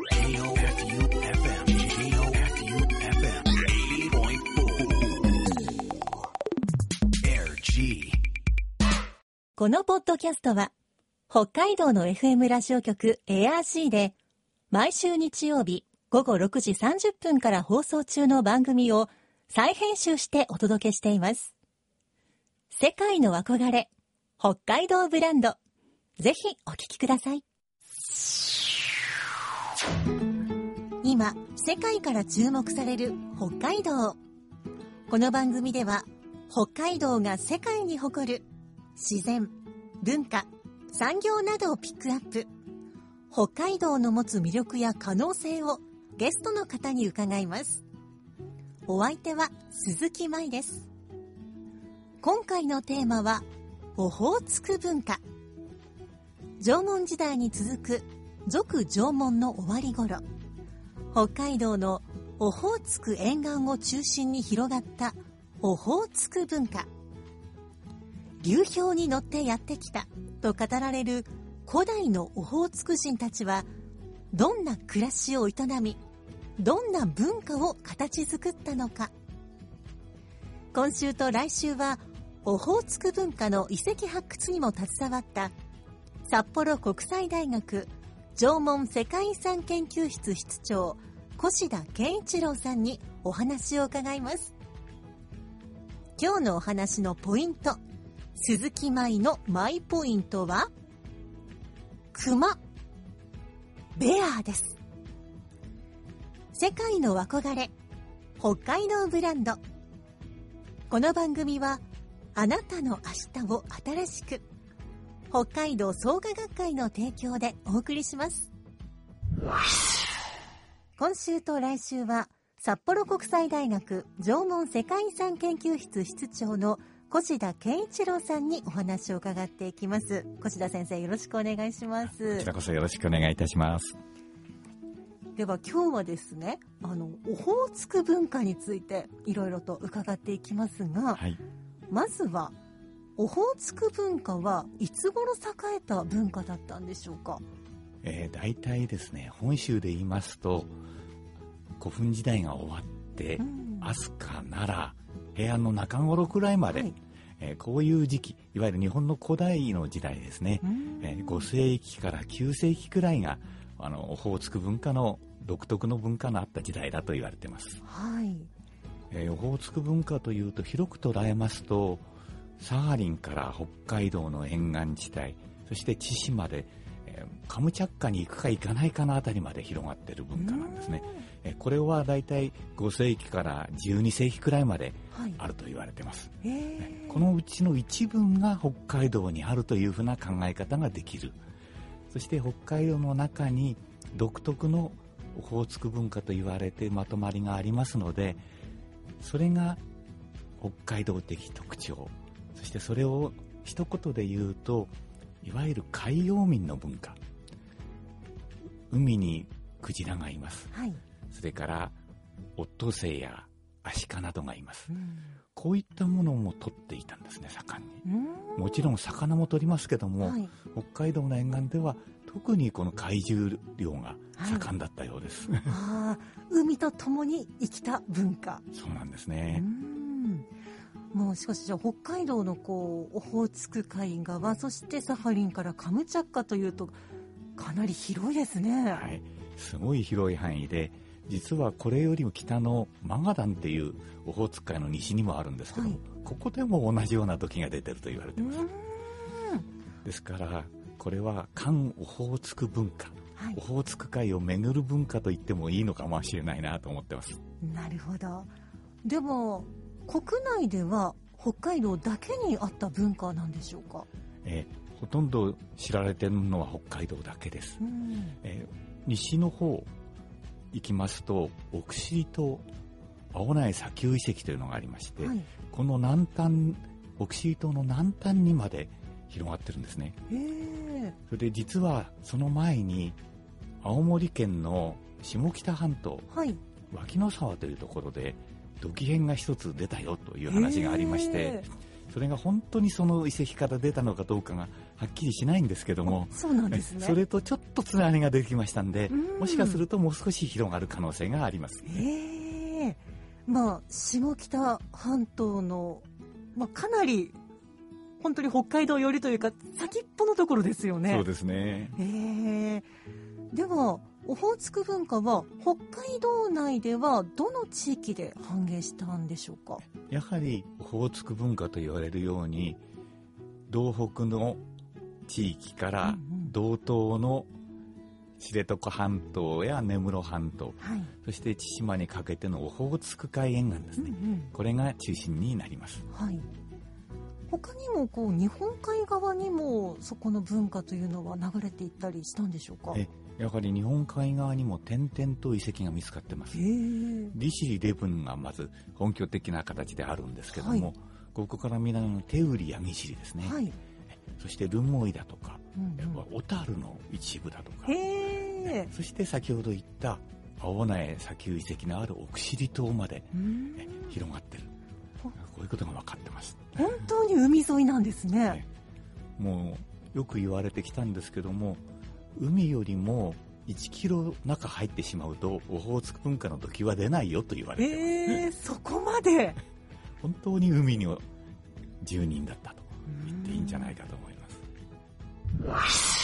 J-O-F-U-F-M 80.4 Air G。 このポッドキャストは北海道の FM ラジオ局 ARG で毎週日曜日午後6時30分から放送中の番組を再編集してお届けしています。世界の憧れ北海道ブランド、ぜひお聞きください。今世界から注目される北海道。この番組では北海道が世界に誇る自然、文化、産業などをピックアップ。北海道の持つ魅力や可能性をゲストの方に伺います。お相手は鈴木舞です。今回のテーマはオホーツク文化。縄文時代に続く俗縄文の終わり頃、北海道のオホーツク沿岸を中心に広がったオホーツク文化。流氷に乗ってやってきたと語られる古代のオホーツク人たちは、どんな暮らしを営み、どんな文化を形作ったのか。今週と来週はオホーツク文化の遺跡発掘にも携わった札幌国際大学縄文世界遺産研究室室長越田健一郎さんにお話を伺います。今日のお話のポイント、鈴木舞のマイポイントはクマ、ベアです。世界の憧れ北海道ブランド。この番組はあなたの明日を新しく、北海道創価学会の提供でお送りします。今週と来週は札幌国際大学縄文世界遺産研究室室長の越田健一郎さんにお話を伺っていきます。越田先生、よろしくお願いします。 こちらこそよろしくお願いいたします。 では今日はですね、オホーツク文化についていろいろと伺っていきますが、 はい、 まずはオホーツク文化はいつ頃栄えた文化だったんでしょうか。 大体ですね、本州で言いますと古墳時代が終わって、飛鳥、奈良、平安の中頃くらいまで、はい、こういう時期、いわゆる日本の古代の時代ですね、5世紀から9世紀くらいがオホーツク文化の独特の文化のあった時代だと言われています。 はい。 オホーツク文化というと広く捉えますと、サハリンから北海道の沿岸地帯、そして千島で、カムチャッカに行くか行かないかのあたりまで広がっている文化なんですね。これはだいたい5世紀から12世紀くらいまであると言われています。はい、このうちの一部が北海道にあるというふうな考え方ができる。そして北海道の中に独特のオホーツク文化と言われてまとまりがありますので、それが北海道的特徴。そしてそれを一言で言うと、いわゆる海洋民の文化。海にクジラがいます。はい、それからオットセイやアシカなどがいます。こういったものも取っていたんですね、盛んに。もちろん魚も取りますけども、はい、北海道の沿岸では特にこの怪獣漁が盛んだったようです。 はい、海とともに生きた文化。 そうなんですね。 もうしかしじゃあ北海道のオホーツク海側、そしてサハリンからカムチャッカというとかなり広いですね。 はい、すごい広い範囲で、実はこれよりも北のマガダンっていうオホーツク海の西にもあるんですけど、はい、ここでも同じような土器が出てると言われています。ですからこれは環オホーツク文化、はい、オホーツク海を巡る文化と言ってもいいのかもしれないなと思ってます。 なるほど。でも国内では北海道だけにあった文化なんでしょうか。 ほとんど知られているのは北海道だけです。西の方行きますと奥尻島、青苗砂丘遺跡というのがありまして、はい、この南端、奥尻島の南端にまで広がってるんですね。それで実はその前に青森県の下北半島、はい、脇野沢というところで土器片が一つ出たよという話がありまして、それが本当にその遺跡から出たのかどうかがははっきりしないんですけども、 そうなんですね。 それとちょっとつながりができましたんで、 うんもしかするともう少し広がる可能性があります。 まあ、下北半島の、かなり本当に北海道寄りというか先っぽのところですよね。 そうですね。 ではオホーツク文化は北海道内ではどの地域で繁栄したんでしょうか。 やはりオホーツク文化と言われるように、道北の地域から道東の知床半島や根室半島、そして千島にかけてのオホーツク海沿岸ですね、これが中心になります。 他にも日本海側にもそこの文化というのは流れていったりしたんでしょうか。 やはり日本海側にも点々と遺跡が見つかってます。利尻礼文がまず本拠的な形であるんですけども、ここから南の手売矢木尻ですね、そして留萌だとか、小樽の一部だとか、そして先ほど言った青苗砂丘遺跡のある奥尻島まで広がってる、こういうことが分かってます。 本当に海沿いなんですね。 もうよく言われてきたんですけども、海よりも1キロ中入ってしまうとオホーツク文化の土器は出ないよと言われてます。 そこまで本当に海の住人だったと言っていいんじゃないかと思います。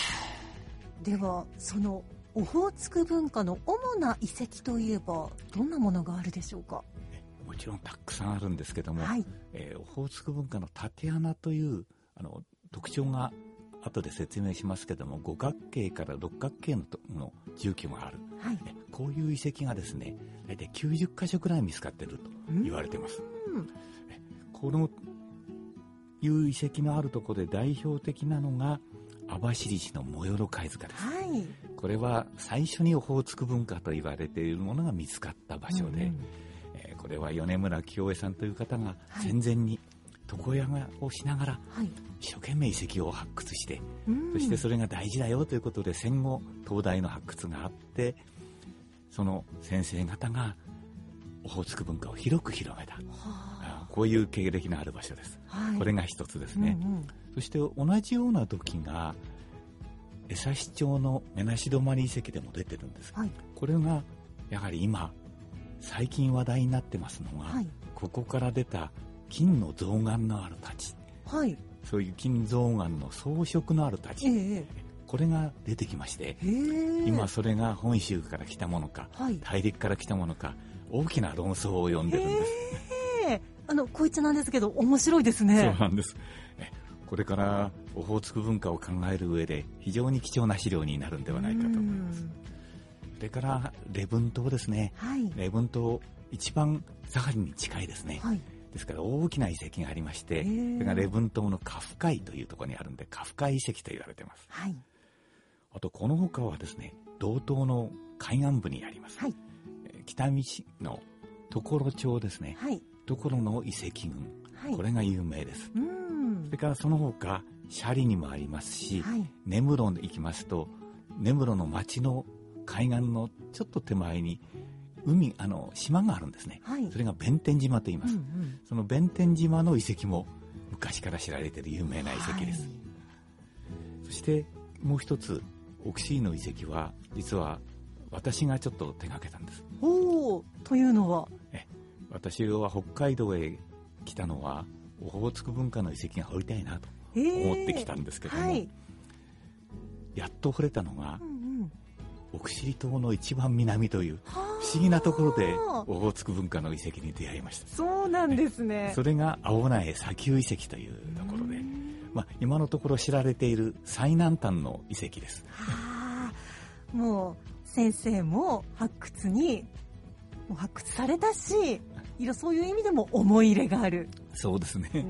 ではそのオホーツク文化の主な遺跡といえばどんなものがあるでしょうか。 もちろんたくさんあるんですけども、オホーツク文化の縦穴という特徴が後で説明しますけども、五角形から六角形の住居がある、こういう遺跡がですね大体90カ所くらい見つかっていると言われています。このいう遺跡のあるところで代表的なのが網走市のモヨロ貝塚です、これは最初にオホーツク文化と言われているものが見つかった場所で、これは米村清江さんという方が戦前に床屋をしながら一生懸命遺跡を発掘して、そしてそれが大事だよということで戦後東大の発掘があって、その先生方がオホーツク文化を広く広めた、こういう経歴のある場所です、これが一つですね、そして同じような土器が江差町の目無し泊遺跡でも出てるんです、これがやはり今最近話題になってますのが、ここから出た金の象眼のある太刀、そういう金象眼の装飾のある太刀、これが出てきまして、今それが本州から来たものか、大陸から来たものか大きな論争を呼んでるんです、 こいつなんですけど面白いですね。 そうなんです。これからオホーツク文化を考える上で非常に貴重な資料になるんではないかと思います。それから礼文島ですね、礼文島一番サハリンに近いですね、ですから大きな遺跡がありまして、それが礼文島のカフカイというところにあるんでカフカイ遺跡と言われています、あとこの他はですね道東の海岸部にあります、北見市の所町ですね、所の遺跡群、これが有名です。それからその他斜里にもありますし、根室に行きますと根室の町の海岸のちょっと手前に島があるんですね、それが弁天島と言います、その弁天島の遺跡も昔から知られている有名な遺跡です、そしてもう一つ奥尻の遺跡は実は私がちょっと手がけたんです。 というのは、 私は北海道へ来たのはオホーツク文化の遺跡が掘りたいなと思ってきたんですけども、やっと掘れたのが、奥尻島の一番南という不思議なところでオホーツク文化の遺跡に出会いました。 そうなんですね。 それが青苗砂丘遺跡というところで、今のところ知られている最南端の遺跡です。 もう先生も発掘されたし、そういう意味でも思い入れがある。 そうですね。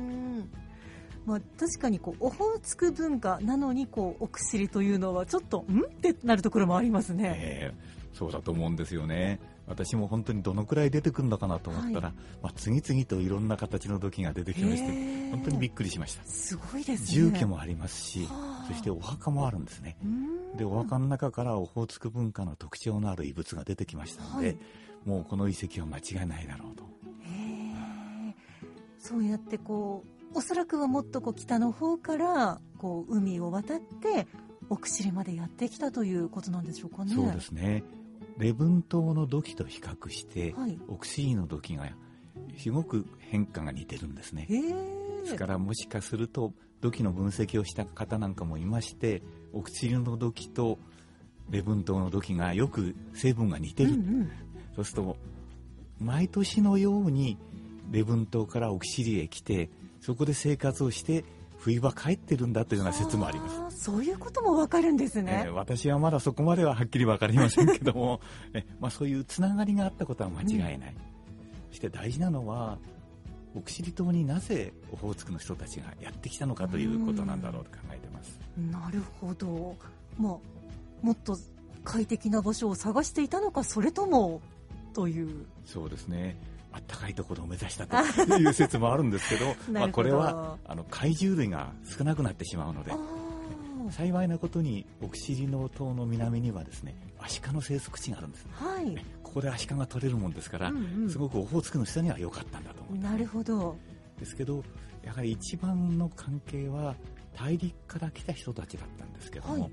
確かにオホーツク文化なのに奥尻というのはちょっとってなるところもありますね、 そうだと思うんですよね。私も本当にどのくらい出てくるのかなと思ったら、次々といろんな形の土器が出てきまして、本当にびっくりしました。 すごいですね。 住居もありますし、そしてお墓もあるんですね。でお墓の中からオホーツク文化の特徴のある遺物が出てきましたので、もうこの遺跡は間違いないだろうと。 そうやっておそらくはもっと北の方からこう海を渡って奥尻までやってきたということなんでしょうかね。 そうですね。礼文島の土器と比較して、 はい、 奥尻の土器がすごく変化が似てるんですね。ですからもしかすると土器の分析をした方なんかもいまして、奥尻の土器と礼文島の土器がよく成分が似てる、そうすると毎年のように礼文島から奥尻へ来て、そこで生活をして冬場帰ってるんだというような説もあります。 そういうこともわかるんですね。 私はまだそこまでははっきりわかりませんけどもそういうつながりがあったことは間違いない、そして大事なのは奥尻島になぜオホーツクの人たちがやってきたのかということなんだろうと考えています。 なるほど、もっと快適な場所を探していたのか、それともという。 そうですね、あったかいところを目指したという説もあるんですけどこれは怪獣類が少なくなってしまうので、幸いなことに奥尻の島の南にはですね、アシカの生息地があるんです、 はい、 ここでアシカが取れるもんですから、すごくオホーツクの人には良かったんだと思います。 なるほど。 ですけどやはり一番の関係は大陸から来た人たちだったんですけども、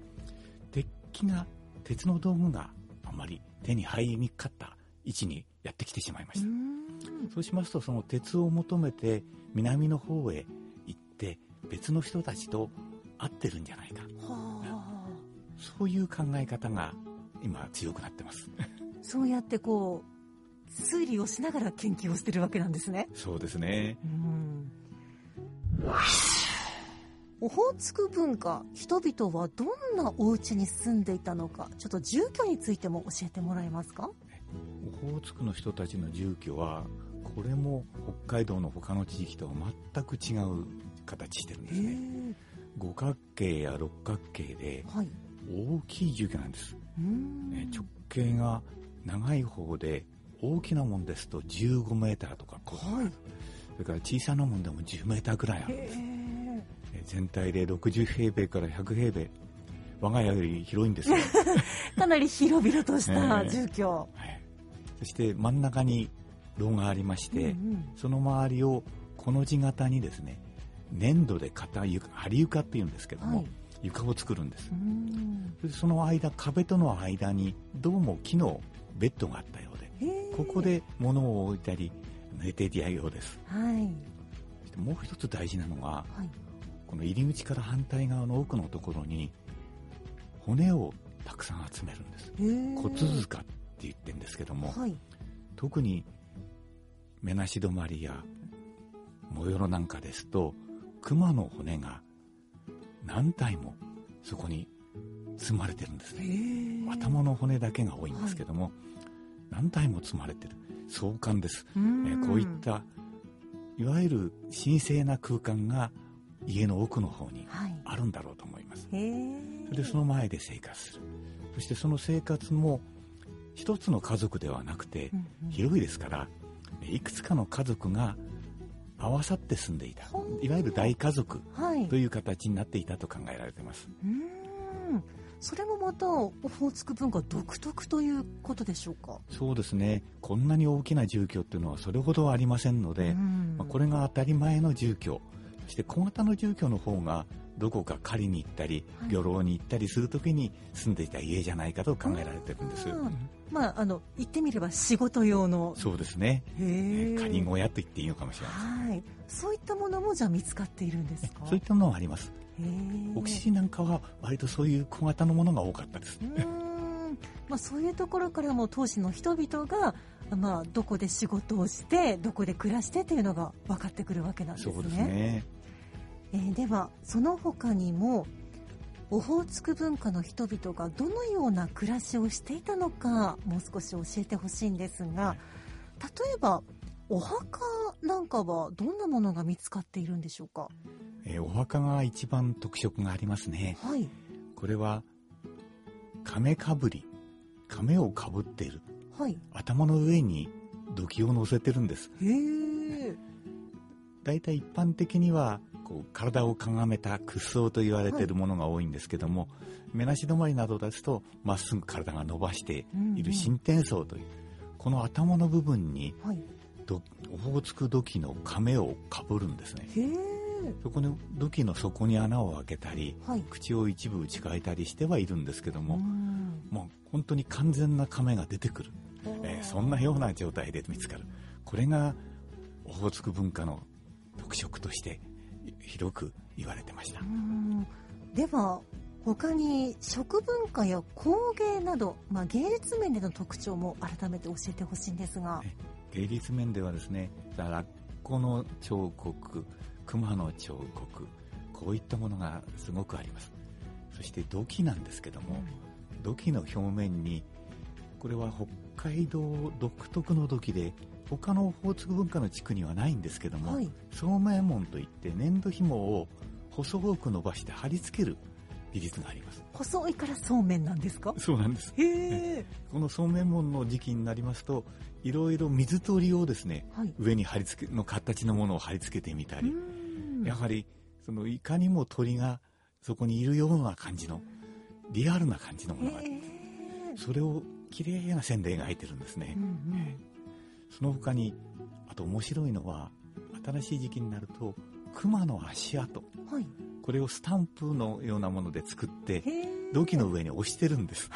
鉄の道具があまり手に入りにくかった位置にやってきてしまいました。そうしますとその鉄を求めて南の方へ行って別の人たちと会ってるんじゃないか、そういう考え方が今強くなってますそうやってこう推理をしながら研究をしてるわけなんですね。 そうですね。 オホーツク文化、人々はどんなお家に住んでいたのか、ちょっと住居についても教えてもらえますか。 オホーツクの人たちの住居はこれも北海道の他の地域とは全く違う形してるんですね。五角形や六角形で大きい住居なんです、直径が長い方で大きなもんですと15メーターとか、それから小さなもんでも10メーターくらいあるんです。全体で60平米から100平米、我が家より広いんですよかなり広々とした住居、 そして真ん中に炉がありまして、その周りをこの字型にですね、粘土で梁床っていうんですけども、床を作るんです。その間、壁との間にどうも木のベッドがあったようで、ここで物を置いたり寝ていたようです、そしてもう一つ大事なのが、この入り口から反対側の奥のところに骨をたくさん集めるんです。骨塚って言ってるんですけども、特に目なし止まりや模様なんかですと熊の骨が何体もそこに積まれてるんですね。頭の骨だけが多いんですけども、何体も積まれてる壮観です。こういったいわゆる神聖な空間が家の奥の方にあるんだろうと思います、それでその前で生活する。そしてその生活も一つの家族ではなくて広いですから、いくつかの家族が合わさって住んでいた、いわゆる大家族という形になっていたと考えられています、 それもまたオホーツク文化独特ということでしょうか。 そうですね、こんなに大きな住居っていうのはそれほどありませんので、これが当たり前の住居、そして小型の住居の方がどこか狩りに行ったり漁労に行ったりするときに住んでいた家じゃないかと考えられてるんです。 言ってみれば仕事用の。 そうですね、仮小屋と言っていいのかもしれません、 そういったものもじゃあ見つかっているんですか。 そういったものはあります。奥尻なんかは割とそういう小型のものが多かったです。 そういうところからも当時の人々が、どこで仕事をしてどこで暮らしてというのが分かってくるわけなんですね。 そうですね。 ではその他にもオホーツク文化の人々がどのような暮らしをしていたのかもう少し教えてほしいんですが、例えばお墓なんかはどんなものが見つかっているんでしょうか。 お墓が一番特色がありますね、これは亀かぶり、亀をかぶっている、頭の上に土器を乗せてるんです。だいたい一般的にはこう体をかがめた屈葬と言われているものが多いんですけども、目なし止まりなどですとまっすぐ体が伸ばしている新天葬という、この頭の部分に、オホーツク土器の亀をかぶるんですね。 そこの土器の底に穴を開けたり、 はい、 口を一部打ち替えたりしてはいるんですけども、もう本当に完全な亀が出てくる、そんなような状態で見つかる。これがオホーツク文化の特色として広く言われてました。 では他に食文化や工芸など、芸術面での特徴も改めて教えてほしいんですが。 芸術面ではですね、ラッコの彫刻、熊の彫刻、こういったものがすごくあります。そして土器なんですけども、土器の表面に、これは北海道独特の土器で他のオホーツク文化の地区にはないんですけども、そうめん紋といって粘土紐を細く伸ばして貼り付ける技術があります。 細いからそうめんなんですか？ そうなんです。このそうめん紋の時期になりますと、いろいろ水鳥をですね、上に貼り付けの形のものを貼り付けてみたり、やはりそのいかにも鳥がそこにいるような感じのリアルな感じのものがあります。それをきれいな線で描いてるんですね。その他にあと面白いのは、新しい時期になると熊の足跡、これをスタンプのようなもので作って土器の上に押してるんです。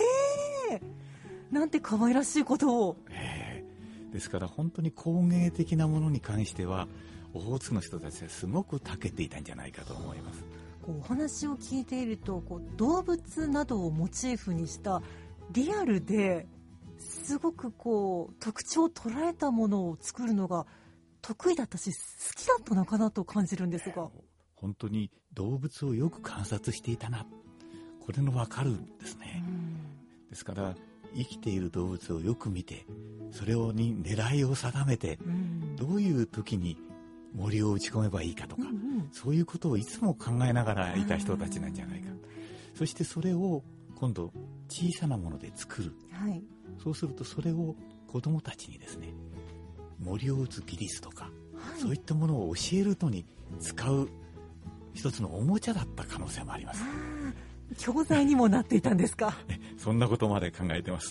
なんて可愛らしいことを。 ですから本当に工芸的なものに関してはオホーツクの人たちはすごく長けていたんじゃないかと思います。 お話を聞いていると、動物などをモチーフにしたリアルですごく特徴を捉えたものを作るのが得意だったし、好きだったのかなと感じるんですが、 本当に動物をよく観察していたな、これの分かるんですね。ですから生きている動物をよく見て、それに狙いを定めて、どういう時に森を打ち込めばいいかとか、そういうことをいつも考えながらいた人たちなんじゃないか。そしてそれを今度小さなもので作る、そうするとそれを子どもたちにですね、森を打つ技術とか、そういったものを教えるのに使う一つのおもちゃだった可能性もあります。 教材にもなっていたんですか？ そんなことまで考えてます。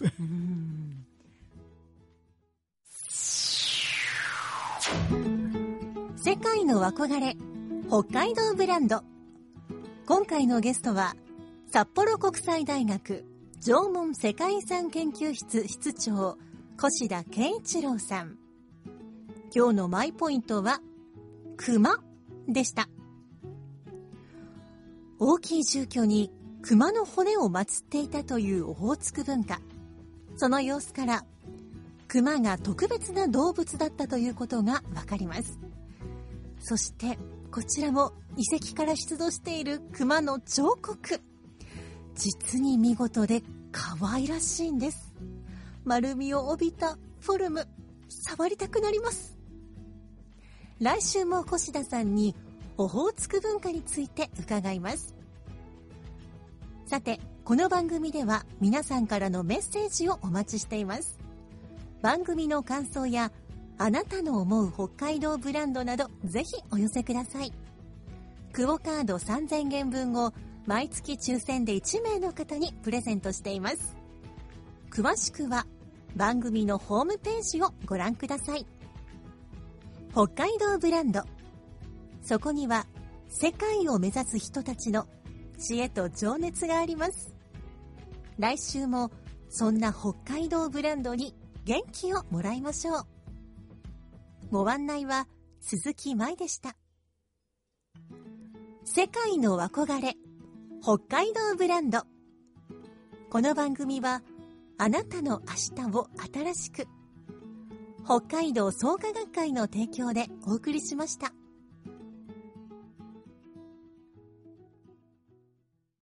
世界の憧れ、北海道ブランド。今回のゲストは札幌国際大学縄文世界遺産研究室室長、越田健一郎さん。今日のマイポイントは熊でした。大きい住居に熊の骨を祀っていたというオホーツク文化。その様子から熊が特別な動物だったということがわかります。そしてこちらも遺跡から出土している熊の彫刻、実に見事で可愛らしいんです。丸みを帯びたフォルム、触りたくなります。来週も越田さんにオホーツク文化について伺います。さて、この番組では皆さんからのメッセージをお待ちしています。番組の感想やあなたの思う北海道ブランドなど、ぜひお寄せください。クオカード3000元分を毎月抽選で1名の方にプレゼントしています。詳しくは番組のホームページをご覧ください。北海道ブランド、そこには世界を目指す人たちの知恵と情熱があります。来週もそんな北海道ブランドに元気をもらいましょう。ご案内は鈴木舞でした。世界の憧れ、北海道ブランド。この番組はあなたの明日を新しく、北海道創価学会の提供でお送りしました。